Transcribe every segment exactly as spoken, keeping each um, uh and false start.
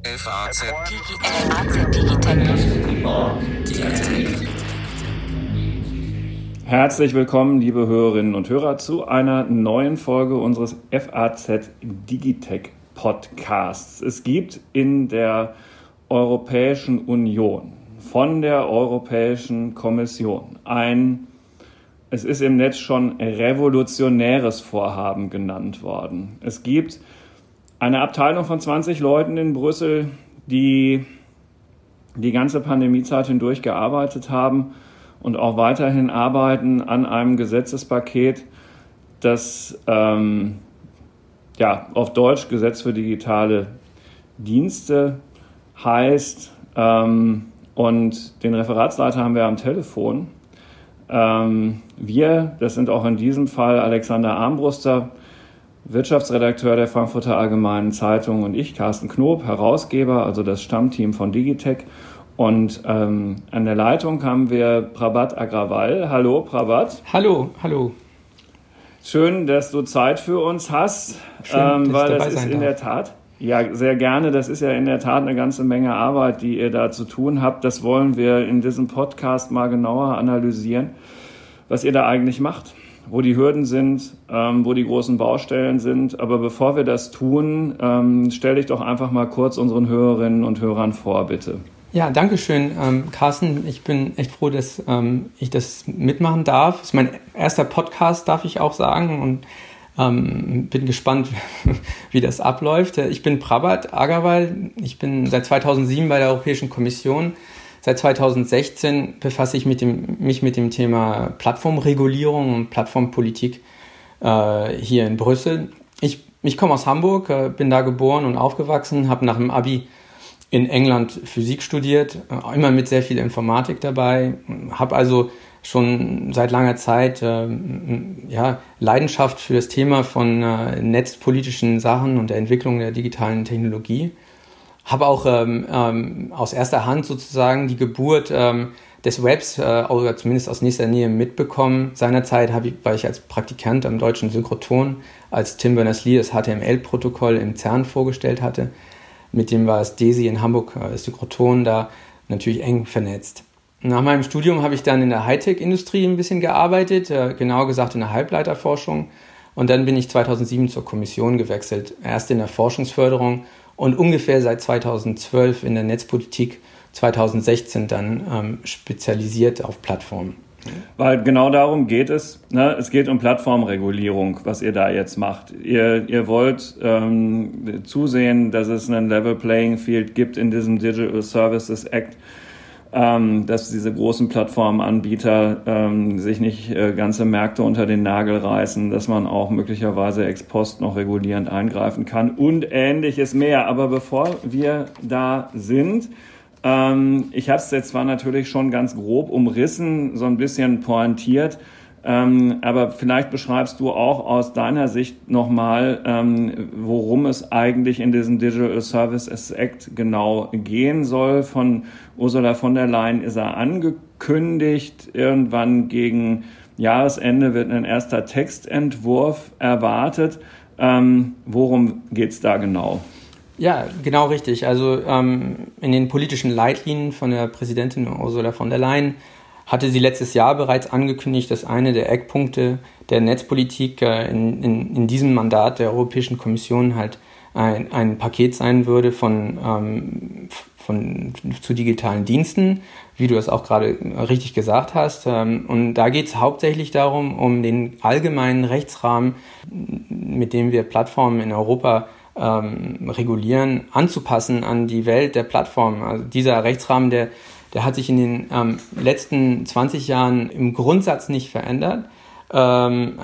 F A Z Digitech. Herzlich willkommen, liebe Hörerinnen und Hörer, zu einer neuen Folge unseres F A Z Digitech Podcasts. Es gibt in der Europäischen Union von der Europäischen Kommission ein, es ist im Netz schon revolutionäres Vorhaben genannt worden. Es gibt eine Abteilung von zwanzig Leuten in Brüssel, die die ganze Pandemiezeit hindurch gearbeitet haben und auch weiterhin arbeiten an einem Gesetzespaket, das ähm, ja, auf Deutsch Gesetz für digitale Dienste heißt. Ähm, und den Referatsleiter haben wir am Telefon. Ähm, wir, das sind auch in diesem Fall Alexander Armbruster, Wirtschaftsredakteur der Frankfurter Allgemeinen Zeitung, und ich, Carsten Knob, Herausgeber, also das Stammteam von Digitech. Und ähm, an der Leitung haben wir Prabhat Agrawal. Hallo Prabhat. Hallo, hallo. Schön, dass du Zeit für uns hast, Schön, ähm, dass weil ich dabei das ist sein in darf. der Tat, ja, sehr gerne, das ist ja in der Tat eine ganze Menge Arbeit, die ihr da zu tun habt. Das wollen wir in diesem Podcast mal genauer analysieren, was ihr da eigentlich macht, wo die Hürden sind, ähm, wo die großen Baustellen sind. Aber bevor wir das tun, ähm, stell dich doch einfach mal kurz unseren Hörerinnen und Hörern vor, bitte. Ja, danke schön, ähm, Carsten. Ich bin echt froh, dass ähm, ich das mitmachen darf. Das ist mein erster Podcast, darf ich auch sagen, und ähm, bin gespannt, wie das abläuft. Ich bin Prabhat Agrawal. Ich bin seit zweitausendsieben bei der Europäischen Kommission. Seit zweitausendsechzehn befasse ich mit dem, mich mit dem Thema Plattformregulierung und Plattformpolitik äh, hier in Brüssel. Ich, ich komme aus Hamburg, äh, bin da geboren und aufgewachsen, habe nach dem Abi in England Physik studiert, äh, immer mit sehr viel Informatik dabei, habe also schon seit langer Zeit äh, ja, Leidenschaft für das Thema von äh, netzpolitischen Sachen und der Entwicklung der digitalen Technologie. Habe auch ähm, ähm, aus erster Hand sozusagen die Geburt ähm, des Webs, äh, oder zumindest aus nächster Nähe mitbekommen. Seinerzeit habe ich, war ich als Praktikant am Deutschen Synchroton, als Tim Berners-Lee das H T M L-Protokoll im CERN vorgestellt hatte. Mit dem war es DESI in Hamburg, äh, das Synchroton, da natürlich eng vernetzt. Nach meinem Studium habe ich dann in der Hightech-Industrie ein bisschen gearbeitet, äh, genauer gesagt in der Halbleiterforschung. Und dann bin ich zweitausendsieben zur Kommission gewechselt, erst in der Forschungsförderung und ungefähr seit zweitausendzwölf in der Netzpolitik, zweitausendsechzehn dann ähm, spezialisiert auf Plattformen. Weil genau darum geht es. Ne? Es geht um Plattformregulierung, was ihr da jetzt macht. Ihr, ihr wollt ähm, zusehen, dass es einen Level Playing Field gibt in diesem Digital Services Act, ähm, dass diese großen Plattformanbieter ähm, sich nicht äh, ganze Märkte unter den Nagel reißen, dass man auch möglicherweise ex post noch regulierend eingreifen kann und Ähnliches mehr. Aber bevor wir da sind, ähm, ich habe es jetzt zwar natürlich schon ganz grob umrissen, so ein bisschen pointiert, ähm, aber vielleicht beschreibst du auch aus deiner Sicht nochmal, ähm, worum es eigentlich in diesem Digital Services Act genau gehen soll. Von Ursula von der Leyen ist er angekündigt. Irgendwann gegen Jahresende wird ein erster Textentwurf erwartet. Ähm, worum geht's da genau? Ja, genau richtig. Also ähm, in den politischen Leitlinien von der Präsidentin Ursula von der Leyen hatte sie letztes Jahr bereits angekündigt, dass eine der Eckpunkte der Netzpolitik äh, in, in, in diesem Mandat der Europäischen Kommission halt ein, ein Paket sein würde von, ähm, von zu digitalen Diensten, wie du es auch gerade richtig gesagt hast. Ähm, und da geht es hauptsächlich darum, um den allgemeinen Rechtsrahmen, mit dem wir Plattformen in Europa ähm, regulieren, anzupassen an die Welt der Plattformen. Also dieser Rechtsrahmen, der Der hat sich in den ähm, letzten zwanzig Jahren im Grundsatz nicht verändert. Ähm,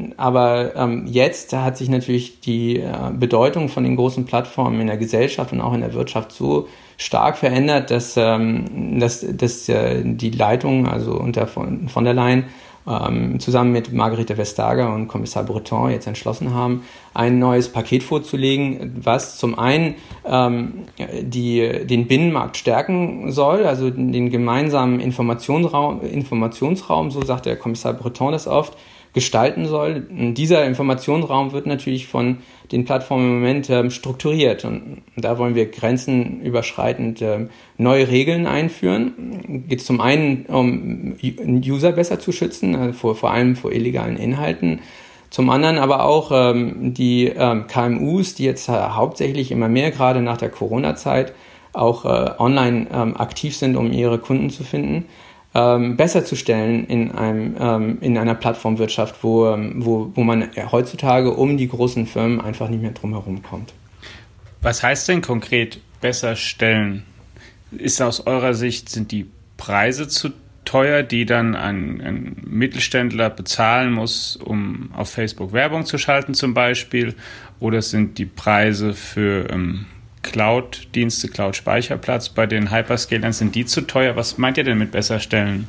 aber ähm, jetzt hat sich natürlich die äh, Bedeutung von den großen Plattformen in der Gesellschaft und auch in der Wirtschaft so stark verändert, dass, ähm, dass, dass äh, die Leitung, also unter von, von der Leyen, ähm, zusammen mit Margrethe Vestager und Kommissar Breton jetzt entschlossen haben, ein neues Paket vorzulegen, was zum einen ähm, die, den Binnenmarkt stärken soll, also den gemeinsamen Informationsraum, Informationsraum, so sagt der Kommissar Breton das oft, gestalten soll. Und dieser Informationsraum wird natürlich von den Plattformen im Moment ähm, strukturiert. Und da wollen wir grenzüberschreitend äh, neue Regeln einführen. Geht es zum einen um User besser zu schützen, also vor, vor allem vor illegalen Inhalten. Zum anderen aber auch ähm, die ähm, K M Us, die jetzt äh, hauptsächlich immer mehr, gerade nach der Corona-Zeit, auch äh, online ähm, aktiv sind, um ihre Kunden zu finden, ähm, besser zu stellen in einem ähm, in einer Plattformwirtschaft, wo, ähm, wo, wo man heutzutage um die großen Firmen einfach nicht mehr drum herum kommt. Was heißt denn konkret besser stellen? Ist aus eurer Sicht, sind die Preise zu teuer, die dann ein, ein Mittelständler bezahlen muss, um auf Facebook Werbung zu schalten zum Beispiel? Oder sind die Preise für ähm, Cloud-Dienste, Cloud-Speicherplatz bei den Hyperscalern, sind die zu teuer? Was meint ihr denn mit besser stellen?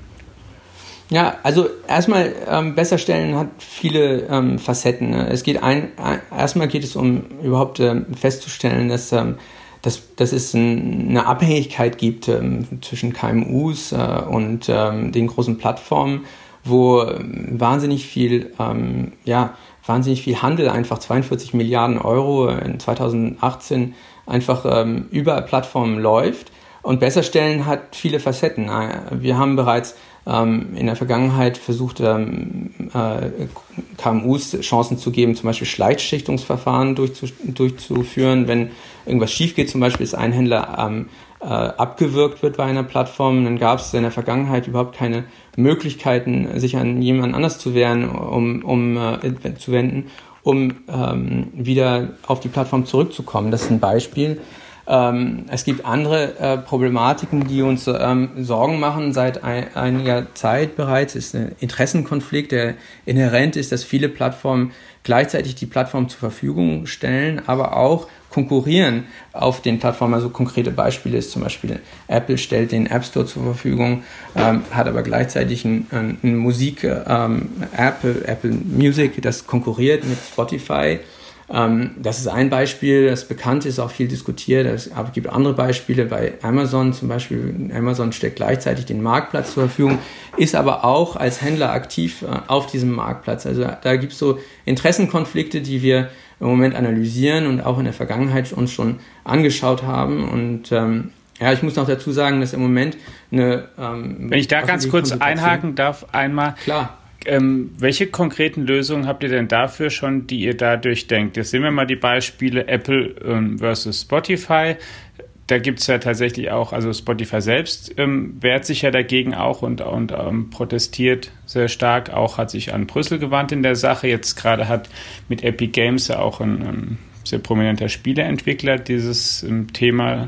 Ja, also erstmal ähm, besser stellen hat viele ähm, Facetten. Ne? Es geht ein, ein, erstmal geht es um überhaupt ähm, festzustellen, dass ähm, Dass, dass es ein, eine Abhängigkeit gibt ähm, zwischen K M Us äh, und ähm, den großen Plattformen, wo ähm, wahnsinnig viel, ähm, ja, wahnsinnig viel Handel, einfach zweiundvierzig Milliarden Euro in zweitausendachtzehn einfach ähm, über Plattformen läuft. Und Besserstellen hat viele Facetten. Wir haben bereits ähm, in der Vergangenheit versucht, ähm, äh, K M Us Chancen zu geben, zum Beispiel Schleichschichtungsverfahren durchzu- durchzuführen. Wenn irgendwas schief geht, zum Beispiel, dass ein Händler ähm, äh, abgewürgt wird bei einer Plattform, dann gab es in der Vergangenheit überhaupt keine Möglichkeiten, sich an jemand anders zu wehren, um, um äh, zu wenden, um ähm, wieder auf die Plattform zurückzukommen. Das ist ein Beispiel. Ähm, es gibt andere äh, Problematiken, die uns ähm, Sorgen machen seit ein, einiger Zeit bereits. Es ist ein Interessenkonflikt, der inhärent ist, dass viele Plattformen gleichzeitig die Plattform zur Verfügung stellen, aber auch konkurrieren auf den Plattformen. Also konkrete Beispiele ist zum Beispiel Apple stellt den App Store zur Verfügung, ähm, hat aber gleichzeitig ein, ein, ein Musik-App, ähm, Apple Music, das konkurriert mit Spotify. Ähm, das ist ein Beispiel, das bekannt ist, auch viel diskutiert. Es gibt andere Beispiele bei Amazon zum Beispiel. Amazon stellt gleichzeitig den Marktplatz zur Verfügung, ist aber auch als Händler aktiv äh, auf diesem Marktplatz. Also da gibt es so Interessenkonflikte, die wir im Moment analysieren und auch in der Vergangenheit uns schon angeschaut haben. Und ähm, ja, ich muss noch dazu sagen, dass im Moment eine... Ähm, Wenn ich da ganz kurz einhaken darf, einmal... Klar. Ähm, welche konkreten Lösungen habt ihr denn dafür schon, die ihr dadurch denkt? Jetzt sehen wir mal die Beispiele Apple ähm, versus Spotify. Da gibt es ja tatsächlich auch, also Spotify selbst ähm, wehrt sich ja dagegen auch und, und ähm, protestiert sehr stark, auch hat sich an Brüssel gewandt in der Sache. Jetzt gerade hat mit Epic Games ja auch ein, ein sehr prominenter Spieleentwickler dieses ähm, Thema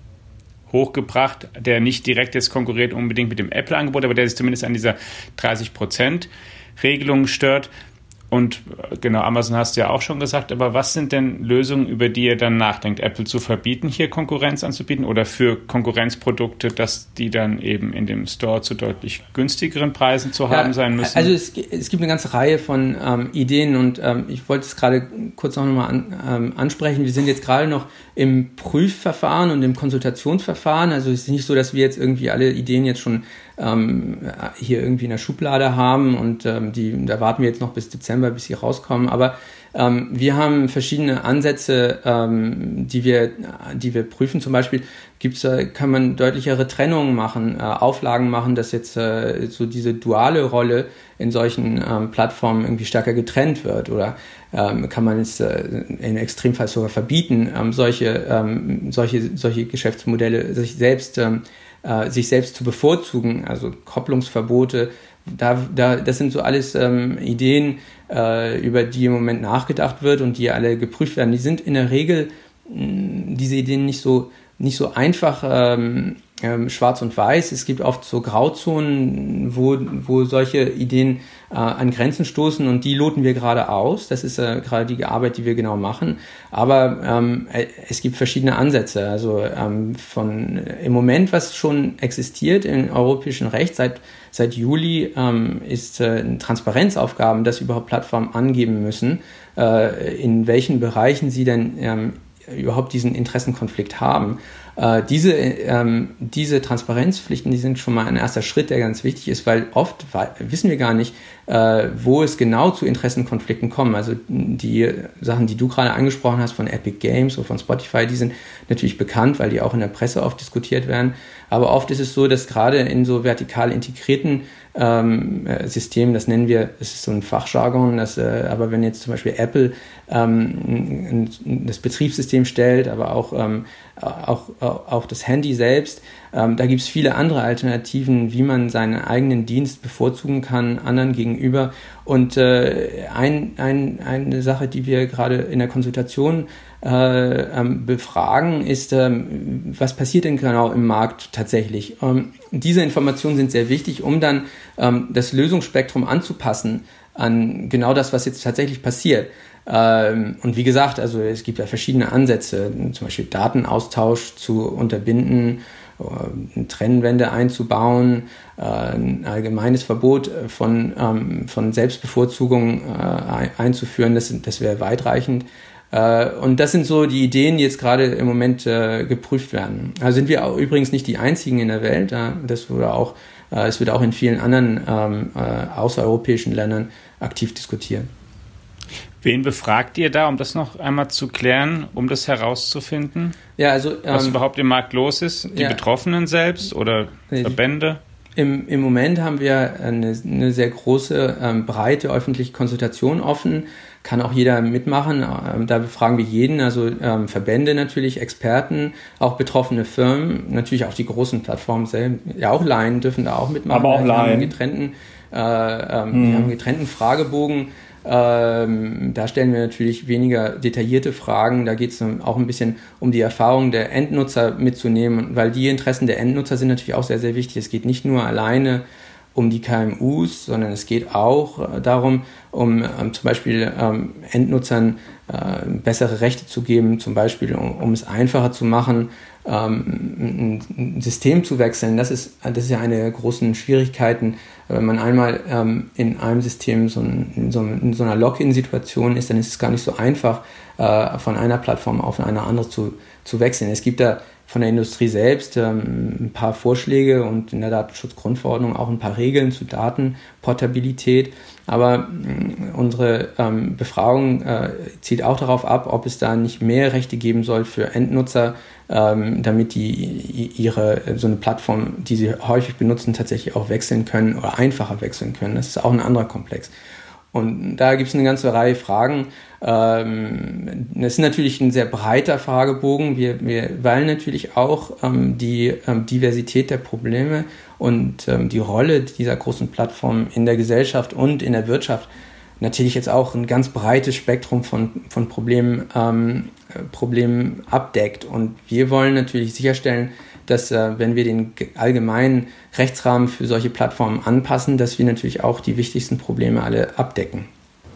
hochgebracht, der nicht direkt jetzt konkurriert unbedingt mit dem Apple-Angebot, aber der sich zumindest an dieser dreißig Prozent Regelung stört. Und genau, Amazon hast du ja auch schon gesagt, aber was sind denn Lösungen, über die ihr dann nachdenkt? Apple zu verbieten, hier Konkurrenz anzubieten oder für Konkurrenzprodukte, dass die dann eben in dem Store zu deutlich günstigeren Preisen zu haben ja, sein müssen? Also es, es gibt eine ganze Reihe von ähm, Ideen und ähm, ich wollte es gerade kurz noch mal an, ähm, ansprechen. Wir sind jetzt gerade noch im Prüfverfahren und im Konsultationsverfahren. Also es ist nicht so, dass wir jetzt irgendwie alle Ideen jetzt schon ähm, hier irgendwie in der Schublade haben und ähm, die, da warten wir jetzt noch bis Dezember, bis sie rauskommen. Aber ähm, wir haben verschiedene Ansätze, ähm, die wir, die wir prüfen. Zum Beispiel gibt's, äh, kann man deutlichere Trennungen machen, äh, Auflagen machen, dass jetzt äh, so diese duale Rolle in solchen ähm, Plattformen irgendwie stärker getrennt wird. Oder ähm, kann man es äh, im Extremfall sogar verbieten, ähm, solche, ähm, solche, solche Geschäftsmodelle sich selbst ähm, sich selbst zu bevorzugen, also Kopplungsverbote, da, da, das sind so alles ähm, Ideen, äh, über die im Moment nachgedacht wird und die alle geprüft werden. Die sind in der Regel, mh, diese Ideen nicht so, nicht so einfach ähm, ähm, schwarz und weiß. Es gibt oft so Grauzonen, wo, wo solche Ideen äh, an Grenzen stoßen und die loten wir gerade aus. Das ist äh, gerade die Arbeit, die wir genau machen. Aber ähm, es gibt verschiedene Ansätze. Also ähm, von im Moment, was schon existiert im europäischen Recht seit seit Juli, ähm, ist äh, Transparenzaufgaben, dass überhaupt Plattformen angeben müssen, äh, in welchen Bereichen sie denn ähm, überhaupt diesen Interessenkonflikt haben. Äh, diese, ähm, diese Transparenzpflichten, die sind schon mal ein erster Schritt, der ganz wichtig ist, weil oft wissen wir gar nicht, äh, wo es genau zu Interessenkonflikten kommen. Also die Sachen, die du gerade angesprochen hast von Epic Games oder von Spotify, die sind natürlich bekannt, weil die auch in der Presse oft diskutiert werden. Aber oft ist es so, dass gerade in so vertikal integrierten ähm, Systemen, das nennen wir, es ist so ein Fachjargon, das, äh, aber wenn jetzt zum Beispiel Apple ähm, das Betriebssystem stellt, aber auch, ähm, auch, auch das Handy selbst, ähm, da gibt es viele andere Alternativen, wie man seinen eigenen Dienst bevorzugen kann, anderen gegenüber. Und äh, ein, ein, eine Sache, die wir gerade in der Konsultation äh, ähm, befragen, ist, ähm, was passiert denn genau im Markt tatsächlich? Ähm, diese Informationen sind sehr wichtig, um dann ähm, das Lösungsspektrum anzupassen an genau das, was jetzt tatsächlich passiert. Ähm, und wie gesagt, also es gibt ja verschiedene Ansätze, zum Beispiel Datenaustausch zu unterbinden, äh, Trennwände einzubauen, äh, ein allgemeines Verbot von, ähm, von Selbstbevorzugung äh, einzuführen, das, das wäre weitreichend. Äh, und das sind so die Ideen, die jetzt gerade im Moment äh, geprüft werden. Also sind wir auch übrigens nicht die einzigen in der Welt, äh, das wurde auch, äh, es wird auch in vielen anderen ähm, äh, außereuropäischen Ländern aktiv diskutiert. Wen befragt ihr da, um das noch einmal zu klären, um das herauszufinden? Ja, also, ähm, was überhaupt im Markt los ist? Die ja. Betroffenen selbst oder Verbände? Im, Im Moment haben wir eine, eine sehr große, ähm, breite öffentliche Konsultation offen. Kann auch jeder mitmachen. Ähm, da befragen wir jeden, also ähm, Verbände natürlich, Experten, auch betroffene Firmen, natürlich auch die großen Plattformen selbst. Ja, auch Laien dürfen da auch mitmachen. Aber auch wir Laien. Haben getrennten, äh, ähm, hm. Wir haben einen getrennten Fragebogen. Ähm, da stellen wir natürlich weniger detaillierte Fragen. Da geht es auch ein bisschen um die Erfahrung der Endnutzer mitzunehmen, weil die Interessen der Endnutzer sind natürlich auch sehr, sehr wichtig. Es geht nicht nur alleine um die K M Us, sondern es geht auch äh, darum, um ähm, zum Beispiel ähm, Endnutzern äh, bessere Rechte zu geben, zum Beispiel um, um es einfacher zu machen, ähm, ein, ein System zu wechseln. Das ist, das ist ja eine der großen Schwierigkeiten. Wenn man einmal ähm, in einem System so ein, in, so, in so einer Login-Situation ist, dann ist es gar nicht so einfach, äh, von einer Plattform auf eine andere zu, zu wechseln. Es gibt da von der Industrie selbst ähm, ein paar Vorschläge und in der Datenschutzgrundverordnung auch ein paar Regeln zu Datenportabilität. Aber mh, unsere ähm, Befragung äh, zielt auch darauf ab, ob es da nicht mehr Rechte geben soll für Endnutzer, ähm, damit die ihre so eine Plattform, die sie häufig benutzen, tatsächlich auch wechseln können oder einfacher wechseln können. Das ist auch ein anderer Komplex. Und da gibt es eine ganze Reihe Fragen. Ähm, das ist natürlich ein sehr breiter Fragebogen. Wir, wir wollen natürlich auch ähm, die ähm, Diversität der Probleme und ähm, die Rolle dieser großen Plattformen in der Gesellschaft und in der Wirtschaft natürlich jetzt auch ein ganz breites Spektrum von, von Problemen, ähm, Problemen abdeckt. Und wir wollen natürlich sicherstellen, dass äh, wenn wir den allgemeinen Rechtsrahmen für solche Plattformen anpassen, dass wir natürlich auch die wichtigsten Probleme alle abdecken.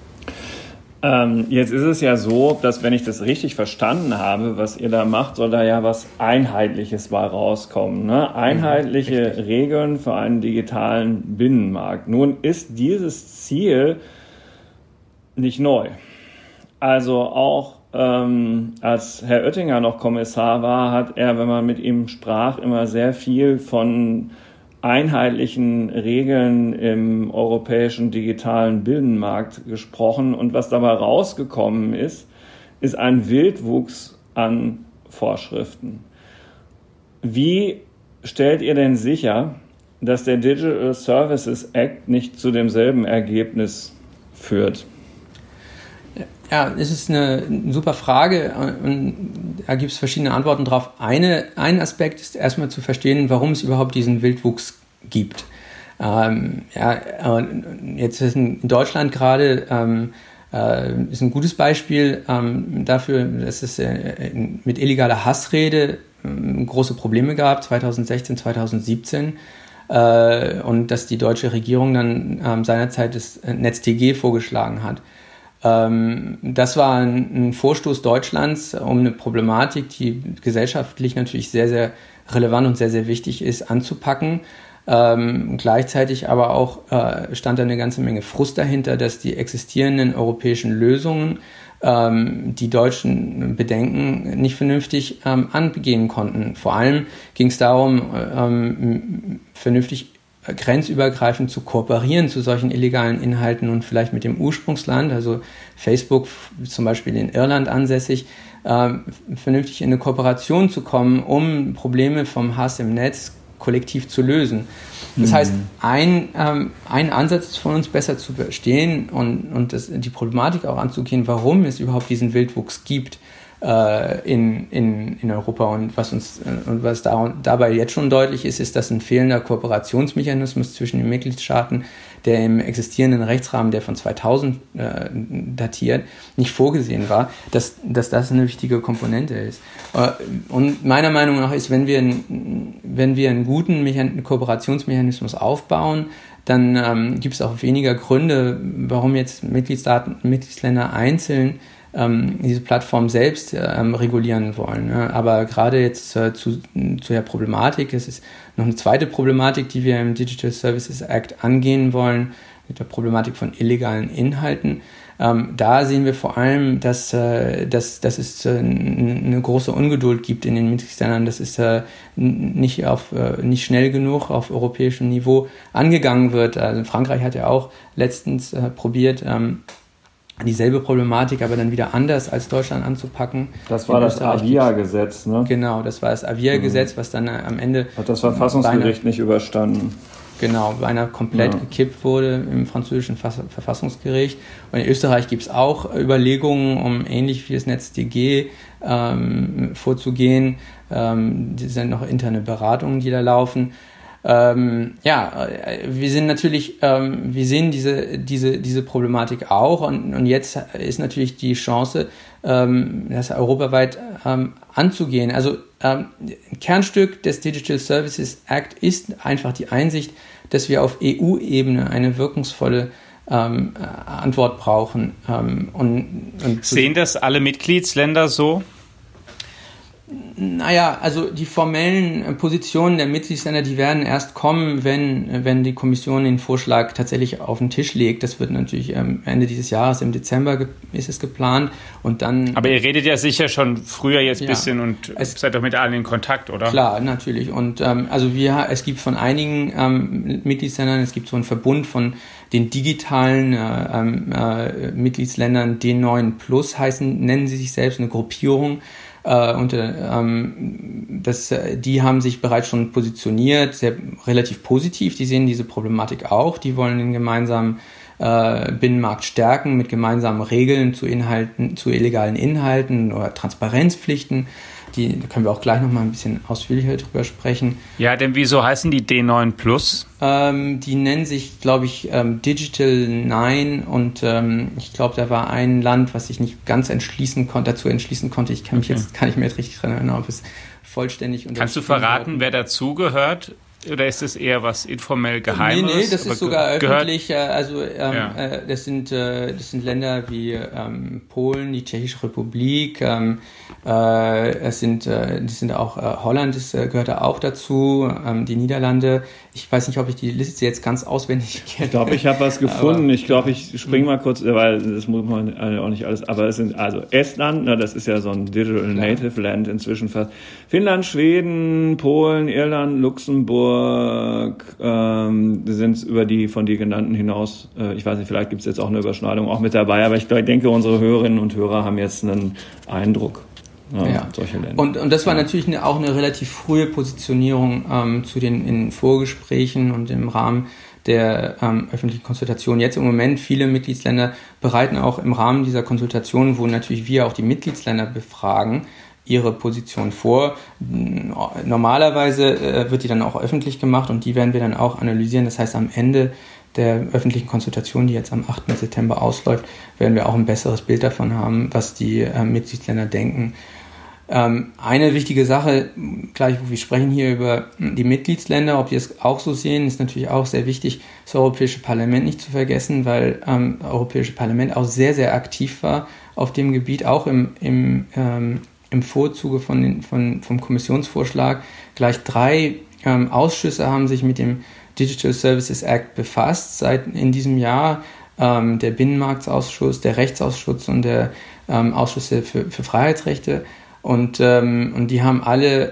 Ähm, jetzt ist es ja so, dass wenn ich das richtig verstanden habe, was ihr da macht, soll da ja was Einheitliches bei rauskommen. Ne? Einheitliche mhm, Regeln für einen digitalen Binnenmarkt. Nun ist dieses Ziel nicht neu. Also auch Ähm, als Herr Oettinger noch Kommissar war, hat er, wenn man mit ihm sprach, immer sehr viel von einheitlichen Regeln im europäischen digitalen Binnenmarkt gesprochen. Und was dabei rausgekommen ist, ist ein Wildwuchs an Vorschriften. Wie stellt ihr denn sicher, dass der Digital Services Act nicht zu demselben Ergebnis führt? Ja, es ist eine super Frage und da gibt es verschiedene Antworten drauf. Eine, ein Aspekt ist erstmal zu verstehen, warum es überhaupt diesen Wildwuchs gibt. Ähm, ja, jetzt ist in Deutschland gerade ähm, äh, ist ein gutes Beispiel ähm, dafür, dass es äh, mit illegaler Hassrede äh, große Probleme gab, zwanzig sechzehn, zwanzig siebzehn. Äh, und dass die deutsche Regierung dann ähm, seinerzeit das NetzDG vorgeschlagen hat. Das war ein Vorstoß Deutschlands um eine Problematik, die gesellschaftlich natürlich sehr, sehr relevant und sehr, sehr wichtig ist, anzupacken. Ähm, gleichzeitig aber auch äh, stand da eine ganze Menge Frust dahinter, dass die existierenden europäischen Lösungen ähm, die deutschen Bedenken nicht vernünftig ähm, angehen konnten. Vor allem ging es darum, ähm, vernünftig grenzübergreifend zu kooperieren zu solchen illegalen Inhalten und vielleicht mit dem Ursprungsland, also Facebook zum Beispiel in Irland ansässig, äh, vernünftig in eine Kooperation zu kommen, um Probleme vom Hass im Netz kollektiv zu lösen. Das mhm. heißt, ein, ähm, ein Ansatz ist von uns besser zu verstehen und, und das, die Problematik auch anzugehen, warum es überhaupt diesen Wildwuchs gibt äh, in, in, in Europa. Und was uns äh, und was da, dabei jetzt schon deutlich ist, ist, dass ein fehlender Kooperationsmechanismus zwischen den Mitgliedstaaten, der im existierenden Rechtsrahmen, der von zweitausend äh, datiert, nicht vorgesehen war, dass, dass das eine wichtige Komponente ist. Äh, und meiner Meinung nach ist, wenn wir, wenn wir einen guten Mechan- Kooperationsmechanismus aufbauen, dann ähm, gibt es auch weniger Gründe, warum jetzt Mitgliedstaaten, Mitgliedsländer einzeln ähm, diese Plattform selbst ähm, regulieren wollen. Ja. Aber gerade jetzt äh, zu, zu der Problematik, es ist noch eine zweite Problematik, die wir im Digital Services Act angehen wollen, mit der Problematik von illegalen Inhalten. Ähm, da sehen wir vor allem, dass, äh, dass, dass es äh, eine große Ungeduld gibt in den Mitgliedsländern. Das ist äh, nicht, auf, äh, nicht schnell genug auf europäischem Niveau angegangen wird. Also Frankreich hat ja auch letztens äh, probiert, ähm, dieselbe Problematik, aber dann wieder anders als Deutschland anzupacken. Das war das Avia-Gesetz, ne? Genau, das war das Avia-Gesetz, was dann am Ende... Hat das Verfassungsgericht nicht überstanden. Genau, beinahe komplett ja. gekippt wurde im französischen Verfassungsgericht. Und in Österreich gibt es auch Überlegungen, um ähnlich wie das NetzDG ähm, vorzugehen. Ähm, das sind noch interne Beratungen, die da laufen. Ähm, ja, wir sind natürlich, ähm, wir sehen diese, diese, diese Problematik auch und, und jetzt ist natürlich die Chance, ähm, das europaweit ähm, anzugehen. Also ähm, ein Kernstück des Digital Services Act ist einfach die Einsicht, dass wir auf E U-Ebene eine wirkungsvolle ähm, Antwort brauchen. Ähm, und, und Sehen das alle Mitgliedsländer so? Naja, also die formellen Positionen der Mitgliedsländer, die werden erst kommen, wenn, wenn die Kommission den Vorschlag tatsächlich auf den Tisch legt. Das wird natürlich ähm, Ende dieses Jahres, im Dezember ge- ist es geplant. Und dann. Aber ihr redet ja sicher schon früher jetzt ein ja, bisschen und es, seid doch mit allen in Kontakt, oder? Klar, natürlich. Und ähm, also wir, es gibt von einigen ähm, Mitgliedsländern, es gibt so einen Verbund von den digitalen äh, äh, Mitgliedsländern, D neun Plus heißen, nennen sie sich selbst, eine Gruppierung. Äh, und ähm, das, die haben sich bereits schon positioniert, sehr relativ positiv. Die sehen diese Problematik auch. Die wollen den gemeinsamen äh, Binnenmarkt stärken mit gemeinsamen Regeln zu Inhalten, zu illegalen Inhalten oder Transparenzpflichten. Die, da können wir auch gleich noch mal ein bisschen ausführlicher drüber sprechen. Ja, denn wieso heißen die D neun Plus? Ähm, die nennen sich, glaube ich, ähm, Digital neun und ähm, ich glaube, da war ein Land, was ich nicht ganz entschließen konnte, dazu entschließen konnte. Ich kann mich okay. jetzt, kann ich mir jetzt richtig dran erinnern, ob es vollständig... Kannst du verraten, wer dazugehört? Oder ist es eher was informell Geheimes? Nee, nee, das ist sogar ge- öffentlich. Also ähm, ja. äh, das sind äh, das sind Länder wie ähm, Polen, die Tschechische Republik, ähm, äh, es sind äh, das sind auch äh, Holland, das äh, gehört da auch dazu, ähm, die Niederlande. Ich weiß nicht, ob ich die Liste jetzt ganz auswendig kenne. Ich glaube, ich habe was gefunden. Aber, ich glaube, ich springe mal kurz, weil das muss man auch nicht alles. Aber es sind also Estland, na, das ist ja so ein Digital klar. Native Land inzwischen fast. Finnland, Schweden, Polen, Irland, Luxemburg ähm, sind über die von dir genannten hinaus. Äh, ich weiß nicht, vielleicht gibt es jetzt auch eine Überschneidung auch mit dabei. Aber ich denke, unsere Hörerinnen und Hörer haben jetzt einen Eindruck. Ja, ja. Solche Länder. Und, und das war ja. natürlich eine, auch eine relativ frühe Positionierung ähm, zu den in Vorgesprächen und im Rahmen der ähm, öffentlichen Konsultation. Jetzt im Moment viele Mitgliedsländer bereiten auch im Rahmen dieser Konsultation, wo natürlich wir auch die Mitgliedsländer befragen, ihre Position vor. Normalerweise äh, wird die dann auch öffentlich gemacht und die werden wir dann auch analysieren. Das heißt, am Ende der öffentlichen Konsultation, die jetzt am achten September ausläuft, werden wir auch ein besseres Bild davon haben, was die äh, Mitgliedsländer denken. Ähm, eine wichtige Sache, gleich, wir sprechen hier über die Mitgliedsländer, ob die es auch so sehen, ist natürlich auch sehr wichtig, das Europäische Parlament nicht zu vergessen, weil ähm, das Europäische Parlament auch sehr, sehr aktiv war auf dem Gebiet, auch im, im, ähm, im Vorzuge von den, von, vom Kommissionsvorschlag. Gleich drei ähm, Ausschüsse haben sich mit dem Digital Services Act befasst seit in diesem Jahr. Ähm, der Binnenmarktausschuss, der Rechtsausschuss und der ähm, Ausschüsse für, für Freiheitsrechte. Und, ähm, und die haben alle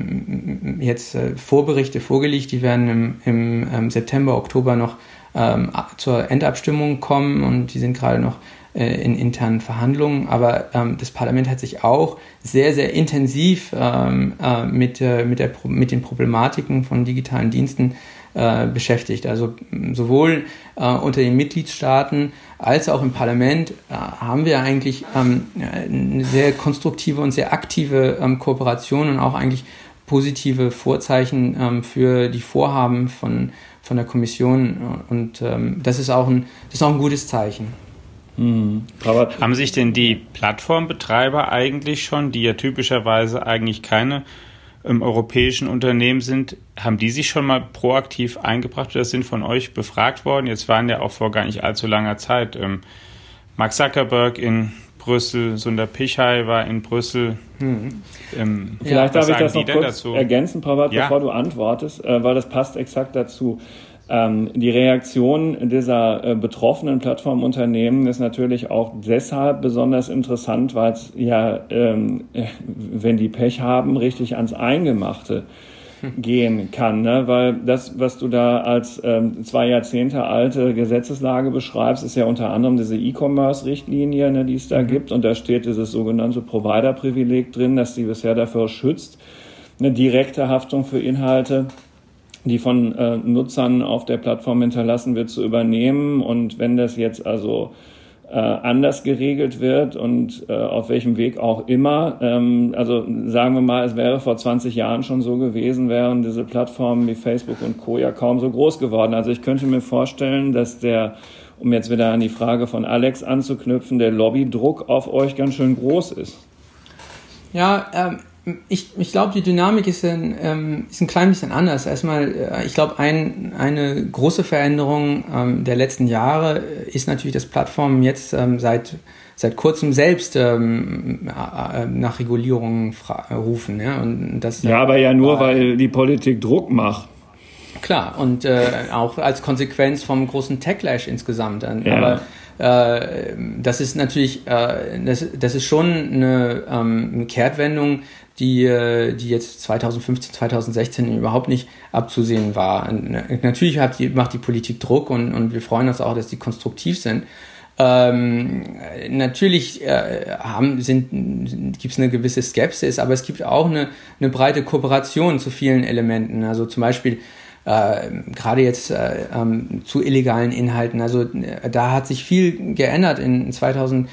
ähm, jetzt äh, Vorberichte vorgelegt, die werden im, im ähm, September, Oktober noch ähm, zur Endabstimmung kommen und die sind gerade noch äh, in internen Verhandlungen. Aber ähm, das Parlament hat sich auch sehr, sehr intensiv ähm, äh, mit, äh, mit, der, mit den Problematiken von digitalen Diensten äh, beschäftigt. Also sowohl äh, unter den Mitgliedstaaten als auch im Parlament äh, haben wir eigentlich ähm, eine sehr konstruktive und sehr aktive ähm, Kooperation und auch eigentlich positive Vorzeichen ähm, für die Vorhaben von, von der Kommission. Und ähm, das ist auch ein, das ist auch ein gutes Zeichen. Hm. Aber haben sich denn die Plattformbetreiber eigentlich schon, die ja typischerweise eigentlich keine im europäischen Unternehmen sind, haben die sich schon mal proaktiv eingebracht oder sind von euch befragt worden? Jetzt waren ja auch vor gar nicht allzu langer Zeit ähm, Mark Zuckerberg in Brüssel, Sundar Pichai war in Brüssel. Hm. Ähm, Vielleicht ja, darf ich das noch kurz dazu? ergänzen, Pavat, ja. bevor du antwortest, äh, weil das passt exakt dazu. Ähm, die Reaktion dieser äh, betroffenen Plattformunternehmen ist natürlich auch deshalb besonders interessant, weil es ja, ähm, wenn die Pech haben, richtig ans Eingemachte gehen kann, ne? Weil das, was du da als ähm, zwei Jahrzehnte alte Gesetzeslage beschreibst, ist ja unter anderem diese E-Commerce-Richtlinie, ne, die es da mhm. gibt, und da steht dieses sogenannte Provider-Privileg drin, dass die bisher dafür schützt, eine direkte Haftung für Inhalte, die von äh, Nutzern auf der Plattform hinterlassen wird, zu übernehmen. Und wenn das jetzt also äh, anders geregelt wird und äh, auf welchem Weg auch immer, ähm, also sagen wir mal, es wäre vor zwanzig Jahren schon so gewesen, wären diese Plattformen wie Facebook und Co. ja kaum so groß geworden. Also ich könnte mir vorstellen, dass der, um jetzt wieder an die Frage von Alex anzuknüpfen, der Lobbydruck auf euch ganz schön groß ist. Ja, ähm Ich, ich glaube, die Dynamik ist ein, ähm, ist ein klein bisschen anders. Erstmal, äh, ich glaube, ein, eine große Veränderung ähm, der letzten Jahre ist natürlich, dass Plattformen jetzt ähm, seit, seit kurzem selbst ähm, äh, nach Regulierungen fra- rufen. Ja, und das, ja, aber ja nur, äh, weil die Politik Druck macht. Klar, und äh, auch als Konsequenz vom großen Techlash insgesamt. Ja. Aber äh, das ist natürlich, äh, das, das ist schon eine, ähm, eine Kehrtwendung, die, die jetzt zwanzig fünfzehn, zwanzig sechzehn überhaupt nicht abzusehen war. Natürlich hat die, macht die Politik Druck und, und wir freuen uns auch, dass die konstruktiv sind. Ähm, natürlich äh, haben, sind, gibt es eine gewisse Skepsis, aber es gibt auch eine, eine breite Kooperation zu vielen Elementen. Also zum Beispiel äh, gerade jetzt äh, ähm, zu illegalen Inhalten. Also äh, da hat sich viel geändert in zwanzig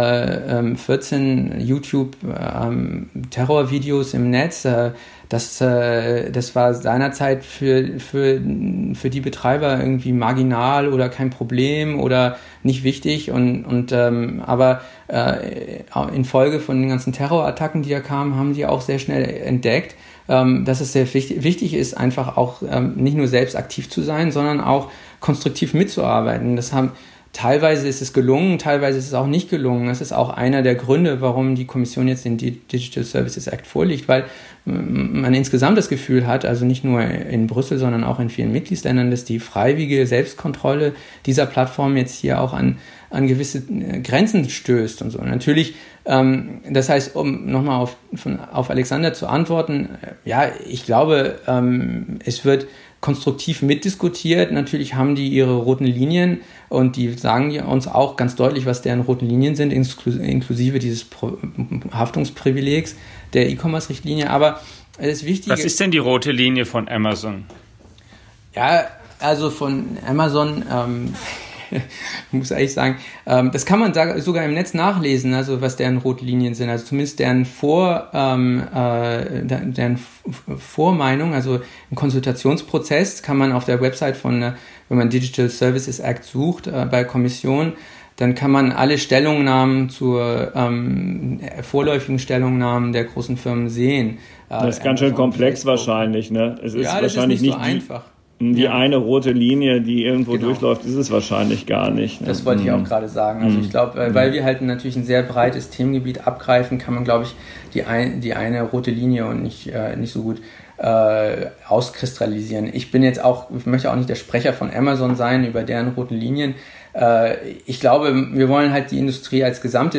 vierzehn YouTube ähm, Terrorvideos im Netz. Äh, das, äh, das war seinerzeit für, für, für die Betreiber irgendwie marginal oder kein Problem oder nicht wichtig. Und, und ähm, aber äh, infolge von den ganzen Terrorattacken, die da kamen, haben die auch sehr schnell entdeckt, ähm, dass es sehr wichtig, wichtig ist, einfach auch ähm, nicht nur selbst aktiv zu sein, sondern auch konstruktiv mitzuarbeiten. Das haben Teilweise ist es gelungen, teilweise ist es auch nicht gelungen. Das ist auch einer der Gründe, warum die Kommission jetzt den Digital Services Act vorlegt, weil man insgesamt das Gefühl hat, also nicht nur in Brüssel, sondern auch in vielen Mitgliedsländern, dass die freiwillige Selbstkontrolle dieser Plattform jetzt hier auch an, an gewisse Grenzen stößt und so. Natürlich, ähm, das heißt, um nochmal auf, von, auf Alexander zu antworten, ja, ich glaube, ähm, es wird konstruktiv mitdiskutiert. Natürlich haben die ihre roten Linien und die sagen uns auch ganz deutlich, was deren roten Linien sind, inklusive dieses Pro- Haftungsprivilegs der E-Commerce-Richtlinie. Aber das Wichtige... Was ist denn die rote Linie von Amazon? Ja, also von Amazon... Ähm, ich muss ehrlich sagen, ähm, das kann man da sogar im Netz nachlesen, also was deren rote Linien sind, also zumindest deren Vor, ähm, äh, deren Vormeinung, also im Konsultationsprozess kann man auf der Website von, äh, wenn man Digital Services Act sucht, äh, bei Kommission, dann kann man alle Stellungnahmen zur ähm, vorläufigen Stellungnahmen der großen Firmen sehen. Äh, das ist ganz schön komplex wahrscheinlich, ne? Es ist ja, das wahrscheinlich ist nicht so nicht einfach. Die ja. eine rote Linie, die irgendwo genau. durchläuft, ist es wahrscheinlich gar nicht. Ne? Das wollte ich auch gerade sagen. Also ich glaube, weil wir halt natürlich ein sehr breites Themengebiet abgreifen, kann man, glaube ich, die, ein, die eine rote Linie und nicht, äh, nicht so gut äh, auskristallisieren. Ich bin jetzt auch, ich möchte auch nicht der Sprecher von Amazon sein über deren roten Linien. Äh, ich glaube, wir wollen halt die Industrie als Gesamtes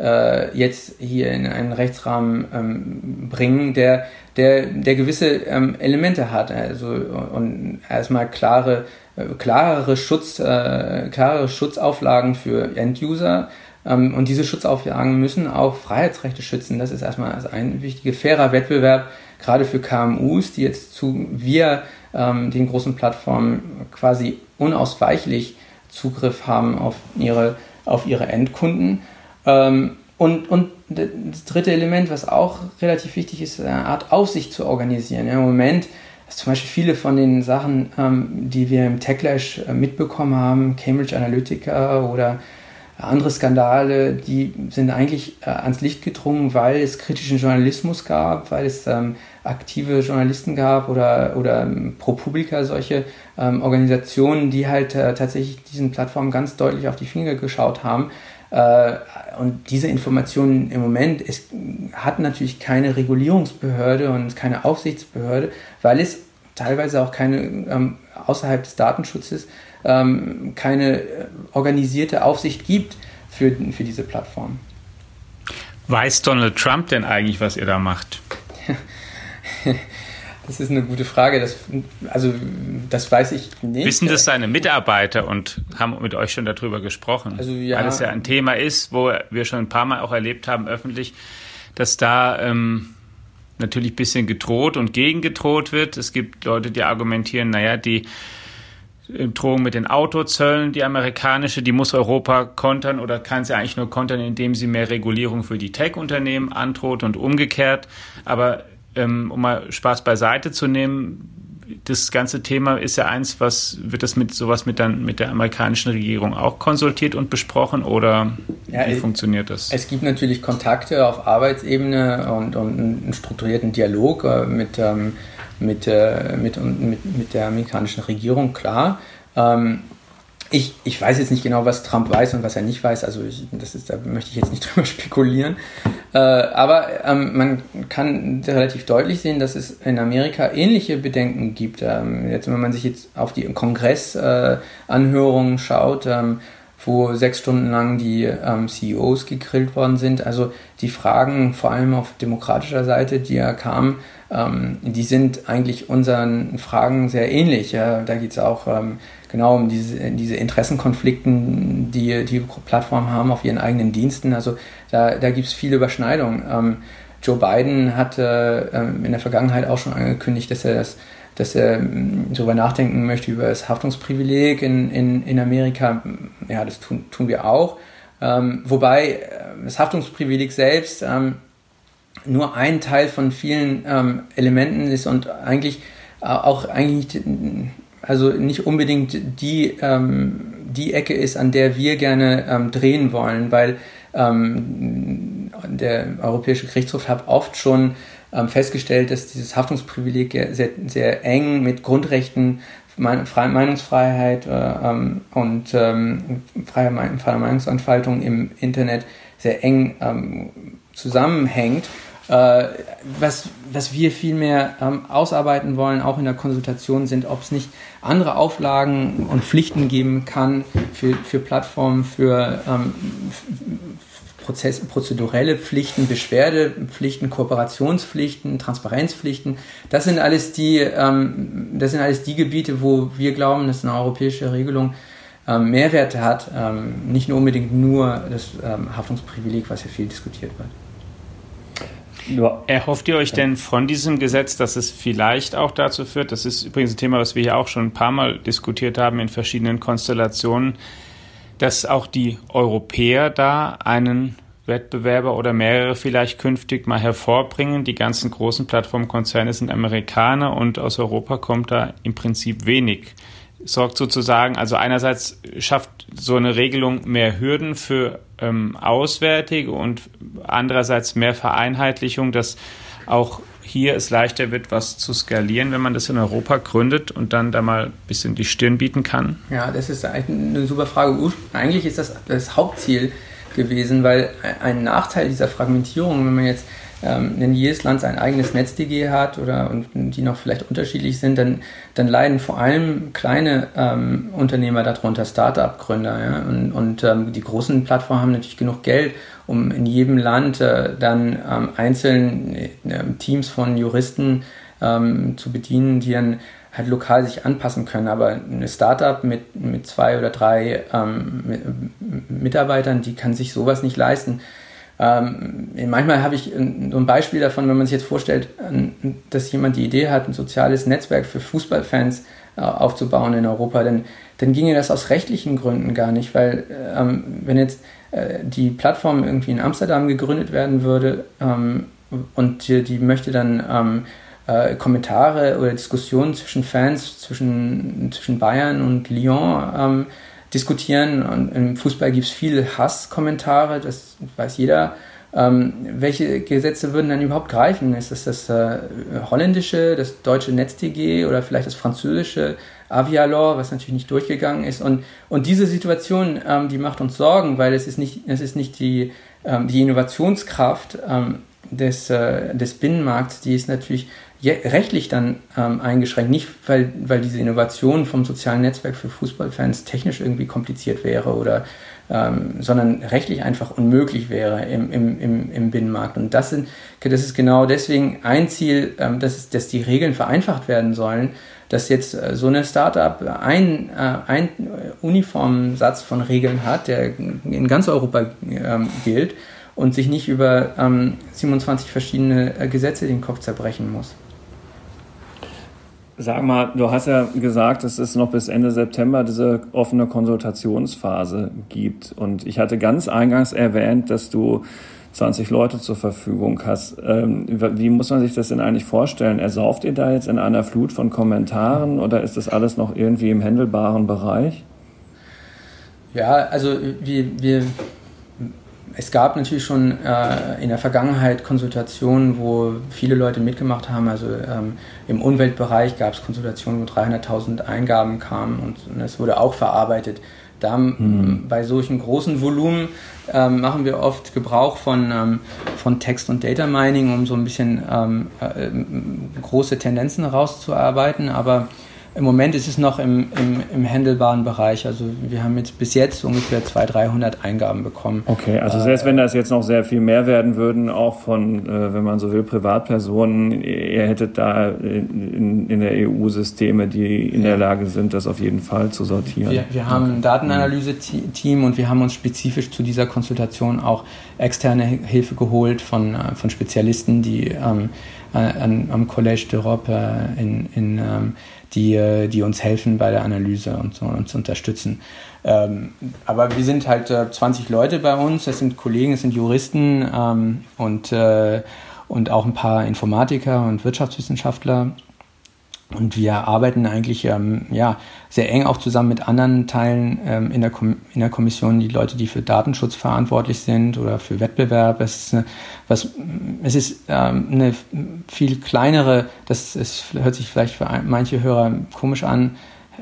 äh, jetzt hier in einen Rechtsrahmen ähm, bringen, der, der, der gewisse ähm, Elemente hat. Also und erstmal klare, äh, klarere Schutz, äh, klarere Schutzauflagen für End-User. Ähm, und diese Schutzauflagen müssen auch Freiheitsrechte schützen. Das ist erstmal also ein wichtiger, fairer Wettbewerb, gerade für K M Us, die jetzt zu wir ähm, den großen Plattformen quasi unausweichlich Zugriff haben auf ihre, auf ihre Endkunden. Ähm, und, und das dritte Element, was auch relativ wichtig ist, eine Art Aufsicht zu organisieren. Ja, im Moment, zum Beispiel viele von den Sachen, ähm, die wir im Techlash äh, mitbekommen haben, Cambridge Analytica oder andere Skandale, die sind eigentlich äh, ans Licht gedrungen, weil es kritischen Journalismus gab, weil es ähm, aktive Journalisten gab oder, oder ähm, ProPublica, solche ähm, Organisationen, die halt äh, tatsächlich diesen Plattformen ganz deutlich auf die Finger geschaut haben. Äh, und diese Informationen im Moment, es hat natürlich keine Regulierungsbehörde und keine Aufsichtsbehörde, weil es teilweise auch keine ähm, außerhalb des Datenschutzes ähm, keine organisierte Aufsicht gibt für, für diese Plattform. Weiß Donald Trump denn eigentlich, was ihr da macht? Das ist eine gute Frage. Das, also, das weiß ich nicht. Wissen das seine Mitarbeiter und haben mit euch schon darüber gesprochen? Also, ja. Weil es ja ein Thema ist, wo wir schon ein paar Mal auch erlebt haben, öffentlich, dass da ähm, natürlich ein bisschen gedroht und gegengedroht wird. Es gibt Leute, die argumentieren, naja, die Drohung mit den Autozöllen, die amerikanische, die muss Europa kontern oder kann sie eigentlich nur kontern, indem sie mehr Regulierung für die Tech-Unternehmen androht und umgekehrt. Aber ähm, um mal Spaß beiseite zu nehmen, das ganze Thema ist ja eins, was wird das mit sowas mit dann mit der amerikanischen Regierung auch konsultiert und besprochen oder ja, wie es, funktioniert das? Es gibt natürlich Kontakte auf Arbeitsebene und, und einen strukturierten Dialog äh, mit ähm, Mit, äh, mit, mit, mit der amerikanischen Regierung, klar. Ähm, ich, ich weiß jetzt nicht genau, was Trump weiß und was er nicht weiß, also ich, das ist, da möchte ich jetzt nicht drüber spekulieren. Äh, aber ähm, man kann relativ deutlich sehen, dass es in Amerika ähnliche Bedenken gibt. Ähm, jetzt, wenn man sich jetzt auf die Kongressanhörungen äh, schaut, ähm, wo sechs Stunden lang die ähm, C E Os gegrillt worden sind. Also die Fragen, vor allem auf demokratischer Seite, die ja kamen, ähm, die sind eigentlich unseren Fragen sehr ähnlich. Ja. Da geht es auch ähm, genau um diese, diese Interessenkonflikten, die die Plattformen haben auf ihren eigenen Diensten. Also da, da gibt es viele Überschneidungen. Ähm, Joe Biden hatte ähm, in der Vergangenheit auch schon angekündigt, dass er das dass er darüber nachdenken möchte, über das Haftungsprivileg in, in, in Amerika. Ja, das tun, tun wir auch. Ähm, wobei das Haftungsprivileg selbst ähm, nur ein Teil von vielen ähm, Elementen ist und eigentlich auch eigentlich also nicht unbedingt die, ähm, die Ecke ist, an der wir gerne ähm, drehen wollen, weil ähm, der Europäische Gerichtshof hat oft schon festgestellt, dass dieses Haftungsprivileg sehr, sehr eng mit Grundrechten, freie Meinungsfreiheit äh, und ähm, freie, freie Meinungsentfaltung im Internet sehr eng ähm, zusammenhängt. Äh, was, was wir vielmehr ähm, ausarbeiten wollen, auch in der Konsultation, sind, ob es nicht andere Auflagen und Pflichten geben kann für, für Plattformen, für ähm, Prozess, prozedurelle Pflichten, Beschwerdepflichten, Kooperationspflichten, Transparenzpflichten. Das sind alles die, ähm, das sind alles die Gebiete, wo wir glauben, dass eine europäische Regelung ähm, Mehrwerte hat. Ähm, nicht nur unbedingt nur das ähm, Haftungsprivileg, was ja viel diskutiert wird. Ja. Erhofft ihr euch denn von diesem Gesetz, dass es vielleicht auch dazu führt, das ist übrigens ein Thema, was wir hier auch schon ein paar Mal diskutiert haben in verschiedenen Konstellationen, dass auch die Europäer da einen Wettbewerber oder mehrere vielleicht künftig mal hervorbringen. Die ganzen großen Plattformkonzerne sind Amerikaner und aus Europa kommt da im Prinzip wenig. Sorgt sozusagen, also einerseits schafft so eine Regelung mehr Hürden für ähm, Auswärtige und andererseits mehr Vereinheitlichung, dass auch hier es leichter wird, was zu skalieren, wenn man das in Europa gründet und dann da mal ein bisschen die Stirn bieten kann? Ja, das ist eine super Frage. Eigentlich ist das das Hauptziel gewesen, weil ein Nachteil dieser Fragmentierung, wenn man jetzt ähm, wenn jedes Land sein eigenes NetzDG hat oder und die noch vielleicht unterschiedlich sind, dann, dann leiden vor allem kleine ähm, Unternehmer darunter, Start-up-Gründer. Ja? Und, und ähm, die großen Plattformen haben natürlich genug Geld, um in jedem Land äh, dann ähm, einzeln äh, Teams von Juristen ähm, zu bedienen, die dann halt lokal sich anpassen können. Aber eine Startup mit, mit zwei oder drei ähm, mit, Mitarbeitern, die kann sich sowas nicht leisten. Ähm, manchmal habe ich so ein Beispiel davon, wenn man sich jetzt vorstellt, dass jemand die Idee hat, ein soziales Netzwerk für Fußballfans äh, aufzubauen in Europa, dann, dann ginge das aus rechtlichen Gründen gar nicht, weil ähm, wenn jetzt äh, die Plattform irgendwie in Amsterdam gegründet werden würde ähm, und die, die möchte dann ähm, äh, Kommentare oder Diskussionen zwischen Fans, zwischen, zwischen Bayern und Lyon ähm, diskutieren. Und im Fußball gibt es viele Hasskommentare, das weiß jeder. Ähm, welche Gesetze würden dann überhaupt greifen? Ist das das äh, holländische, das deutsche NetzDG oder vielleicht das französische Avia-Law, was natürlich nicht durchgegangen ist? Und, und diese Situation, ähm, die macht uns Sorgen, weil es ist nicht, es ist nicht die, ähm, die Innovationskraft ähm, des, äh, des Binnenmarkts, die ist natürlich rechtlich dann ähm, eingeschränkt, nicht weil, weil diese Innovation vom sozialen Netzwerk für Fußballfans technisch irgendwie kompliziert wäre oder ähm, sondern rechtlich einfach unmöglich wäre im, im, im, im Binnenmarkt. Und das, sind, das ist genau deswegen ein Ziel, ähm, dass, es, dass die Regeln vereinfacht werden sollen, dass jetzt äh, so eine Startup einen ein uniformen Satz von Regeln hat, der in ganz Europa ähm, gilt und sich nicht über ähm, siebenundzwanzig verschiedene äh, Gesetze den Kopf zerbrechen muss. Sag mal, du hast ja gesagt, dass es noch bis Ende September diese offene Konsultationsphase gibt. Und ich hatte ganz eingangs erwähnt, dass du zwanzig Leute zur Verfügung hast. Ähm, wie muss man sich das denn eigentlich vorstellen? Ersauft ihr da jetzt in einer Flut von Kommentaren oder ist das alles noch irgendwie im handelbaren Bereich? Ja, also wir... wir Es gab natürlich schon äh, in der Vergangenheit Konsultationen, wo viele Leute mitgemacht haben. Also ähm, im Umweltbereich gab es Konsultationen, wo dreihunderttausend Eingaben kamen und, und das wurde auch verarbeitet. Da mhm. bei solchen großen Volumen ähm, machen wir oft Gebrauch von, ähm, von Text- und Data Mining, um so ein bisschen ähm, äh, große Tendenzen herauszuarbeiten. Aber im Moment ist es noch im, im, im handelbaren Bereich. Also wir haben jetzt bis jetzt ungefähr zweihundert, dreihundert Eingaben bekommen. Okay, also selbst äh, wenn das jetzt noch sehr viel mehr werden würden, auch von, äh, wenn man so will, Privatpersonen, ihr hättet da in, in der E U Systeme, die in ja. der Lage sind, das auf jeden Fall zu sortieren. Wir, wir haben ein Datenanalyse-Team und wir haben uns spezifisch zu dieser Konsultation auch externe Hilfe geholt von, von Spezialisten, die ähm, an, am Collège d'Europe in, in ähm, die, die uns helfen bei der Analyse und so, uns unterstützen. Ähm, aber wir sind halt äh, zwanzig Leute bei uns, das sind Kollegen, das sind Juristen ähm, und, äh, und auch ein paar Informatiker und Wirtschaftswissenschaftler. Und wir arbeiten eigentlich ähm, ja, sehr eng auch zusammen mit anderen Teilen ähm, in, der Kom- in der Kommission, die Leute, die für Datenschutz verantwortlich sind oder für Wettbewerb. Es ist eine, was, es ist, ähm, eine viel kleinere, das ist, hört sich vielleicht für manche Hörer komisch an.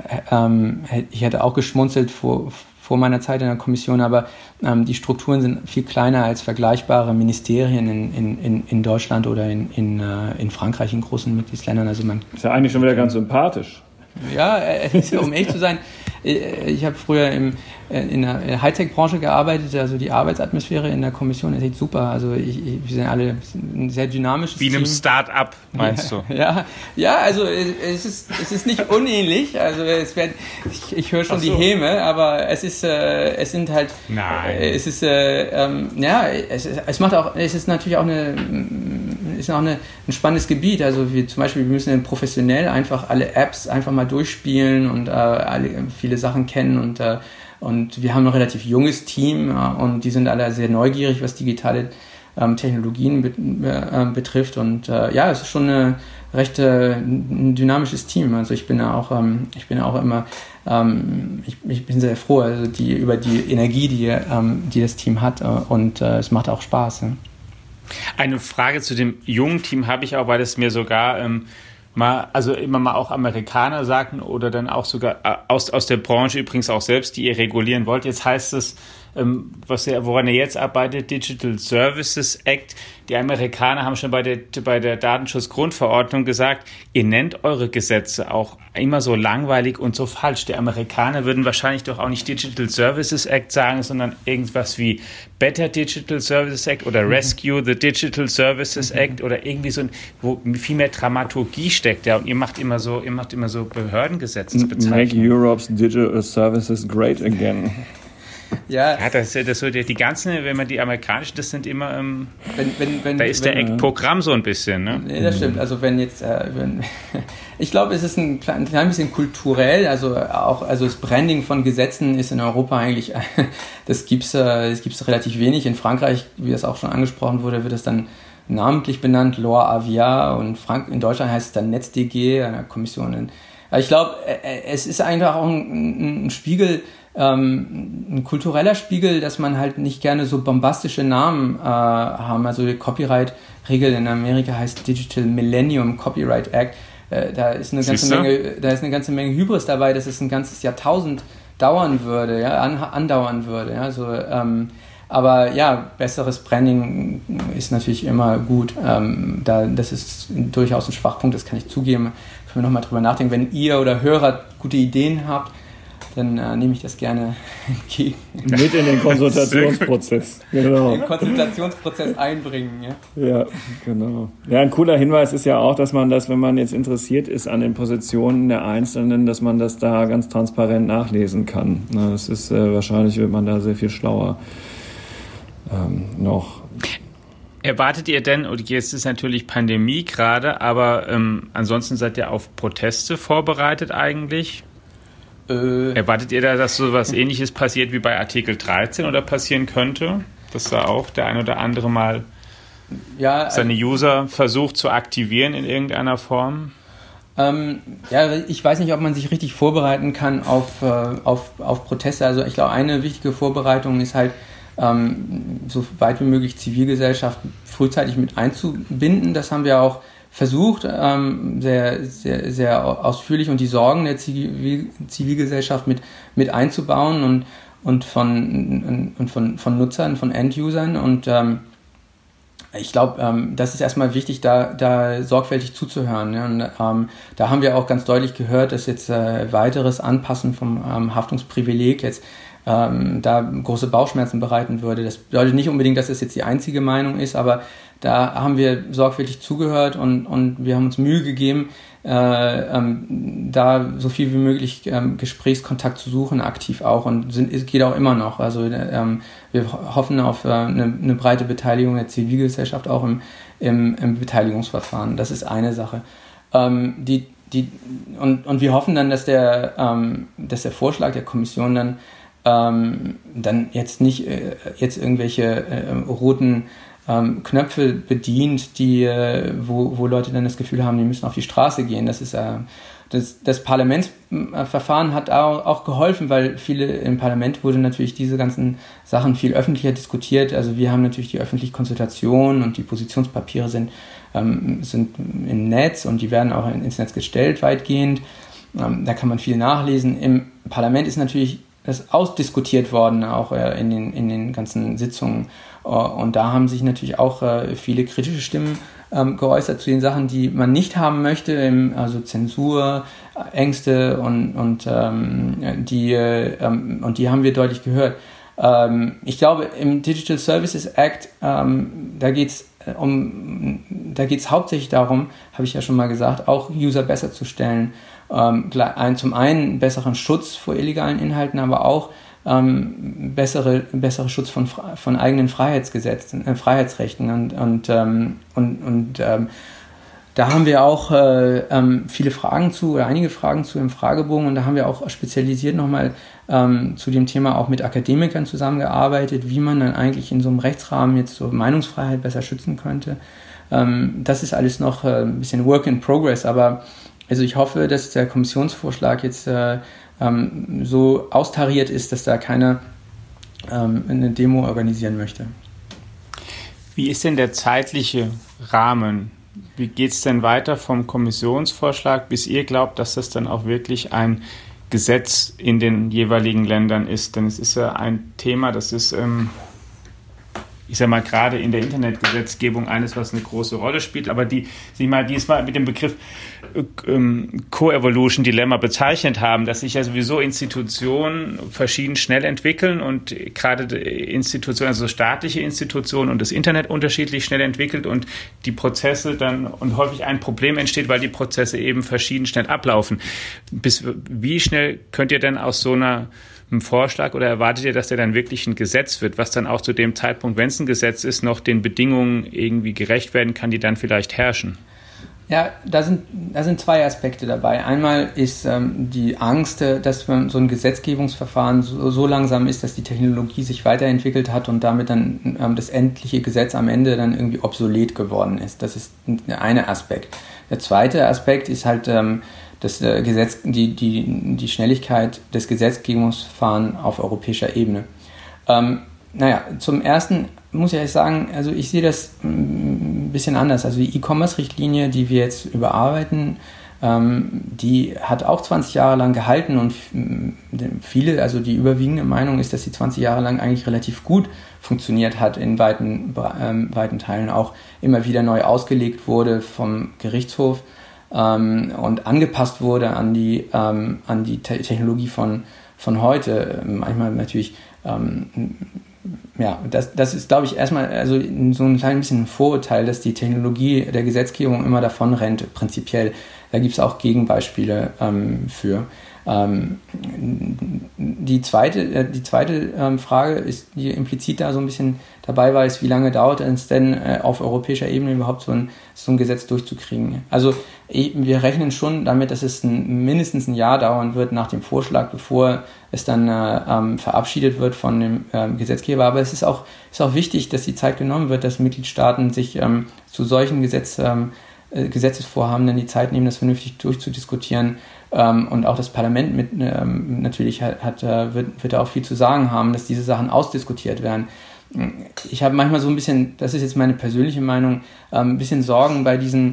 Ähm, ich hätte auch geschmunzelt vor, vor meiner Zeit in der Kommission, aber ähm, die Strukturen sind viel kleiner als vergleichbare Ministerien in, in, in Deutschland oder in, in, in Frankreich, in großen Mitgliedsländern. Also man ist ja eigentlich schon wieder ganz sympathisch. Ja, um ehrlich zu sein, ich habe früher im, in der Hightech-Branche gearbeitet, also die Arbeitsatmosphäre in der Kommission ist echt super. Also ich, ich, wir sind alle ein sehr dynamisches Wie in einem Team. Start-up, meinst ja, du? Ja, ja, also es ist, es ist nicht unähnlich. Also es werden, ich, ich höre schon so. Die Häme, aber es ist, äh, es sind halt, Nein. Äh, es ist, äh, ähm, ja, es, es macht auch, es ist natürlich auch eine, ist auch eine, ein spannendes Gebiet. Also wir zum Beispiel, wir müssen professionell einfach alle Apps einfach mal durchspielen und äh, alle, viele Sachen kennen und äh, und wir haben ein relativ junges Team äh, und die sind alle sehr neugierig, was digitale ähm, Technologien be- äh, betrifft und äh, ja, es ist schon eine recht äh, ein dynamisches Team. Also ich bin da auch, ähm, ich bin auch immer, ähm, ich, ich bin sehr froh, also die über die Energie, die ähm, die das Team hat äh, und äh, es macht auch Spaß. Ne? Eine Frage zu dem jungen Team habe ich auch, weil es mir sogar ähm, mal, also immer mal auch Amerikaner sagten oder dann auch sogar aus, aus der Branche übrigens auch selbst, die ihr regulieren wollt. Jetzt heißt es, ähm, was ihr, woran ihr jetzt arbeitet, Digital Services Act. Die Amerikaner haben schon bei der, bei der Datenschutzgrundverordnung gesagt, ihr nennt eure Gesetze auch immer so langweilig und so falsch. Die Amerikaner würden wahrscheinlich doch auch nicht Digital Services Act sagen, sondern irgendwas wie Better Digital Services Act oder mhm. Rescue the Digital Services mhm. Act oder irgendwie so, wo viel mehr Dramaturgie steckt. Ja, und ihr macht immer so, ihr macht immer so Behördengesetzesbezeichnungen. Make Europe's Digital Services great again. Ja, ja das, das so die, die ganzen, wenn man die amerikanischen, das sind immer, ähm, wenn, wenn, wenn, da ist wenn, der Eckprogramm so ein bisschen, ne? Nee, das stimmt. Also wenn jetzt, äh, wenn, ich glaube, es ist ein klein, ein klein bisschen kulturell, also auch, also das Branding von Gesetzen ist in Europa eigentlich, das gibt's, äh, das gibt's relativ wenig. In Frankreich, wie das auch schon angesprochen wurde, wird es dann namentlich benannt, Loi Avia, und Frank- in Deutschland heißt es dann NetzDG, einer Kommission. Ich glaube, es ist einfach auch ein, ein Spiegel, ähm, ein kultureller Spiegel, dass man halt nicht gerne so bombastische Namen äh, haben. Also die Copyright-Regel in Amerika heißt Digital Millennium Copyright Act. Äh, da ist eine ganze Menge, da ist eine ganze Menge Hybris dabei, dass es ein ganzes Jahrtausend dauern würde, ja, an, andauern würde. Ja, so, ähm, aber ja, besseres Branding ist natürlich immer gut. Ähm, da, das ist durchaus ein Schwachpunkt, das kann ich zugeben. Können wir nochmal drüber nachdenken. Wenn ihr oder Hörer gute Ideen habt, dann äh, nehme ich das gerne entgegen. Mit in den Konsultationsprozess. Genau. Den Konsultationsprozess einbringen. Ja? Ja, genau. Ja, ein cooler Hinweis ist ja auch, dass man das, wenn man jetzt interessiert ist an den Positionen der Einzelnen, dass man das da ganz transparent nachlesen kann. Na, das ist äh, wahrscheinlich wird man da sehr viel schlauer ähm, noch. Erwartet ihr denn, und jetzt ist natürlich Pandemie gerade, aber ähm, ansonsten seid ihr auf Proteste vorbereitet eigentlich? Äh, Erwartet ihr da, dass so was Ähnliches passiert wie bei Artikel dreizehn oder passieren könnte? Dass da auch der ein oder andere mal ja, seine User versucht zu aktivieren in irgendeiner Form? Ähm, ja, ich weiß nicht, ob man sich richtig vorbereiten kann auf, äh, auf, auf Proteste. Also ich glaube, eine wichtige Vorbereitung ist halt, ähm, so weit wie möglich Zivilgesellschaft frühzeitig mit einzubinden. Das haben wir auch versucht, ähm, sehr, sehr, sehr ausführlich, und die Sorgen der Zivil- Zivilgesellschaft mit, mit einzubauen und, und, von, und von, von Nutzern, von End-Usern. Und ähm, ich glaube, ähm, das ist erstmal wichtig, da, da sorgfältig zuzuhören. Ne? Und ähm, da haben wir auch ganz deutlich gehört, dass jetzt äh, weiteres Anpassen vom ähm, Haftungsprivileg jetzt ähm, da große Bauchschmerzen bereiten würde. Das bedeutet nicht unbedingt, dass das jetzt die einzige Meinung ist, aber da haben wir sorgfältig zugehört und, und wir haben uns Mühe gegeben, äh, ähm, da so viel wie möglich ähm, Gesprächskontakt zu suchen, aktiv auch, und sind, es geht auch immer noch. Also ähm, wir hoffen auf äh, eine, eine breite Beteiligung der Zivilgesellschaft auch im, im, im Beteiligungsverfahren. Das ist eine Sache. Ähm, die, die, und, und wir hoffen dann, dass der, ähm, dass der Vorschlag der Kommission dann, ähm, dann jetzt nicht äh, jetzt irgendwelche äh, roten Ähm, Knöpfe bedient, die, äh, wo, wo Leute dann das Gefühl haben, die müssen auf die Straße gehen. Das ist äh, das, das Parlamentsverfahren hat auch, auch geholfen, weil viele im Parlament wurde natürlich diese ganzen Sachen viel öffentlicher diskutiert. Also wir haben natürlich die öffentliche Konsultation und die Positionspapiere sind, ähm, sind im Netz und die werden auch ins Netz gestellt weitgehend. Ähm, da kann man viel nachlesen. Im Parlament ist natürlich das ausdiskutiert worden, auch äh, in den, in den ganzen Sitzungen. Und da haben sich natürlich auch äh, viele kritische Stimmen ähm, geäußert zu den Sachen, die man nicht haben möchte, im, also Zensur, Ängste und, und, ähm, die, ähm, und die haben wir deutlich gehört. Ähm, ich glaube, im Digital Services Act, ähm, da geht es um, da geht es hauptsächlich darum, habe ich ja schon mal gesagt, auch User besser zu stellen. Ähm, ein, zum einen besseren Schutz vor illegalen Inhalten, aber auch ähm, bessere, bessere Schutz von, von eigenen Freiheitsgesetzen, äh, Freiheitsrechten und, und, ähm, und, und ähm, da haben wir auch äh, ähm, viele Fragen zu, oder einige Fragen zu im Fragebogen, und da haben wir auch spezialisiert nochmal ähm, zu dem Thema auch mit Akademikern zusammengearbeitet, wie man dann eigentlich in so einem Rechtsrahmen jetzt so Meinungsfreiheit besser schützen könnte. Ähm, das ist alles noch äh, ein bisschen Work in Progress, aber also ich hoffe, dass der Kommissionsvorschlag jetzt äh, ähm, so austariert ist, dass da keiner ähm, eine Demo organisieren möchte. Wie ist denn der zeitliche Rahmen? Wie geht es denn weiter vom Kommissionsvorschlag, bis ihr glaubt, dass das dann auch wirklich ein Gesetz in den jeweiligen Ländern ist. Denn es ist ja ein Thema, das ist, ähm, ich sage mal, gerade in der Internetgesetzgebung eines, was eine große Rolle spielt, aber die Sie mal diesmal mit dem Begriff ähm, Co-Evolution Dilemma bezeichnet haben, dass sich ja sowieso Institutionen verschieden schnell entwickeln und gerade Institutionen, also staatliche Institutionen und das Internet unterschiedlich schnell entwickelt und die Prozesse dann und häufig ein Problem entsteht, weil die Prozesse eben verschieden schnell ablaufen. Bis wie schnell könnt ihr denn aus so einer ein Vorschlag oder erwartet ihr, dass der dann wirklich ein Gesetz wird, was dann auch zu dem Zeitpunkt, wenn es ein Gesetz ist, noch den Bedingungen irgendwie gerecht werden kann, die dann vielleicht herrschen? Ja, da sind, da sind zwei Aspekte dabei. Einmal ist ähm, die Angst, dass so ein Gesetzgebungsverfahren so, so langsam ist, dass die Technologie sich weiterentwickelt hat und damit dann ähm, das endliche Gesetz am Ende dann irgendwie obsolet geworden ist. Das ist der eine Aspekt. Der zweite Aspekt ist halt ähm, das äh, Gesetz, die, die, die Schnelligkeit des Gesetzgebungsverfahrens auf europäischer Ebene. Ähm, naja, zum Ersten muss ich ehrlich sagen, also ich sehe das ein bisschen anders. Also die E-Commerce-Richtlinie, die wir jetzt überarbeiten, ähm, die hat auch zwanzig Jahre lang gehalten und viele, also die überwiegende Meinung ist, dass sie zwanzig Jahre lang eigentlich relativ gut funktioniert hat, in weiten, ähm, weiten Teilen auch immer wieder neu ausgelegt wurde vom Gerichtshof ähm, und angepasst wurde an die, ähm, an die Te- Technologie von, von heute. Manchmal natürlich ähm, ja, das, das ist, glaube ich, erstmal also so ein klein bisschen ein Vorurteil, dass die Technologie der Gesetzgebung immer davon rennt, prinzipiell. Da gibt es auch Gegenbeispiele ähm, für. Ähm, die zweite, äh, die zweite ähm, Frage, ist, die implizit da so ein bisschen dabei war, ist, wie lange dauert es denn äh, auf europäischer Ebene überhaupt so ein, so ein Gesetz durchzukriegen? Also wir rechnen schon damit, dass es ein, mindestens ein Jahr dauern wird nach dem Vorschlag, bevor es dann äh, ähm, verabschiedet wird von dem ähm, Gesetzgeber. Aber es ist auch, ist auch wichtig, dass die Zeit genommen wird, dass Mitgliedstaaten sich ähm, zu solchen Gesetz, ähm, äh, Gesetzesvorhaben dann die Zeit nehmen, das vernünftig durchzudiskutieren. Ähm, und auch das Parlament mit ähm, natürlich hat, hat äh, wird, wird da auch viel zu sagen haben, dass diese Sachen ausdiskutiert werden. Ich habe manchmal so ein bisschen, das ist jetzt meine persönliche Meinung, ähm, ein bisschen Sorgen bei diesen,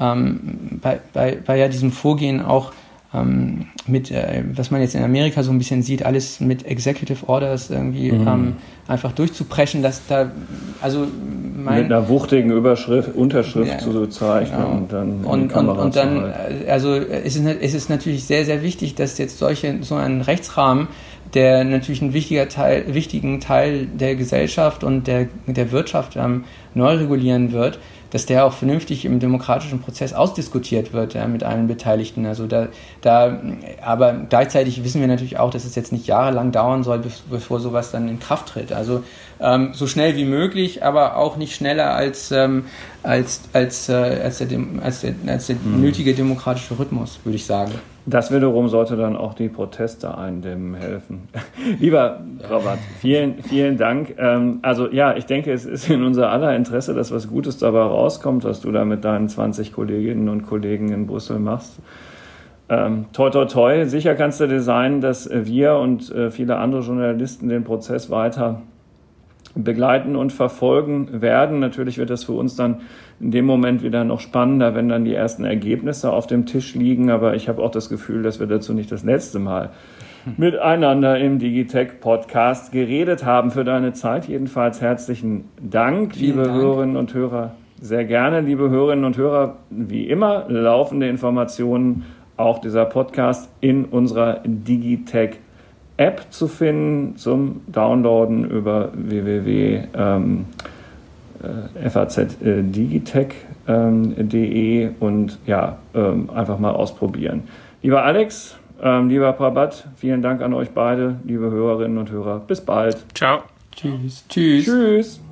ähm, bei, bei, bei ja diesem Vorgehen auch ähm, mit, äh, was man jetzt in Amerika so ein bisschen sieht, alles mit Executive Orders irgendwie mhm. ähm, einfach durchzupreschen, dass da, also mein, mit einer wuchtigen Überschrift, Unterschrift ja, zu zeichnen genau. und dann und, in die Kamera und, und dann, zu halten. Also es ist, es ist natürlich sehr, sehr wichtig, dass jetzt solche, so ein Rechtsrahmen, der natürlich einen wichtiger Teil, wichtigen Teil der Gesellschaft und der, der Wirtschaft ähm, neu regulieren wird, dass der auch vernünftig im demokratischen Prozess ausdiskutiert wird ja, mit allen Beteiligten. Also da, da, aber gleichzeitig wissen wir natürlich auch, dass es jetzt nicht jahrelang dauern soll, bevor sowas dann in Kraft tritt. Also ähm, so schnell wie möglich, aber auch nicht schneller als, ähm, als, als, äh, als, der, als, der, als der mhm. nötige demokratische Rhythmus, würde ich sagen. Das wiederum sollte dann auch die Proteste eindämmen helfen. Lieber Robert, vielen, vielen Dank. Ähm, also ja, ich denke, es ist in unser aller Interesse, dass was Gutes dabei rauskommt, was du da mit deinen zwanzig Kolleginnen und Kollegen in Brüssel machst. Ähm, toi, toi, toi. Sicher kannst du dir sein, dass wir und äh, viele andere Journalisten den Prozess weiter begleiten und verfolgen werden. Natürlich wird das für uns dann in dem Moment wieder noch spannender, wenn dann die ersten Ergebnisse auf dem Tisch liegen. Aber ich habe auch das Gefühl, dass wir dazu nicht das letzte Mal miteinander im Digitech-Podcast geredet haben. Für deine Zeit jedenfalls herzlichen Dank, Vielen liebe Dank. Hörerinnen und Hörer. Sehr gerne, liebe Hörerinnen und Hörer. Wie immer laufende Informationen, auch dieser Podcast in unserer Digitech App zu finden zum Downloaden über w w w punkt f a z digitech punkt d e und ja, ähm, einfach mal ausprobieren. Lieber Alex, ähm, lieber Prabat, vielen Dank an euch beide, liebe Hörerinnen und Hörer. Bis bald. Ciao. Tschüss. Tschüss. Tschüss.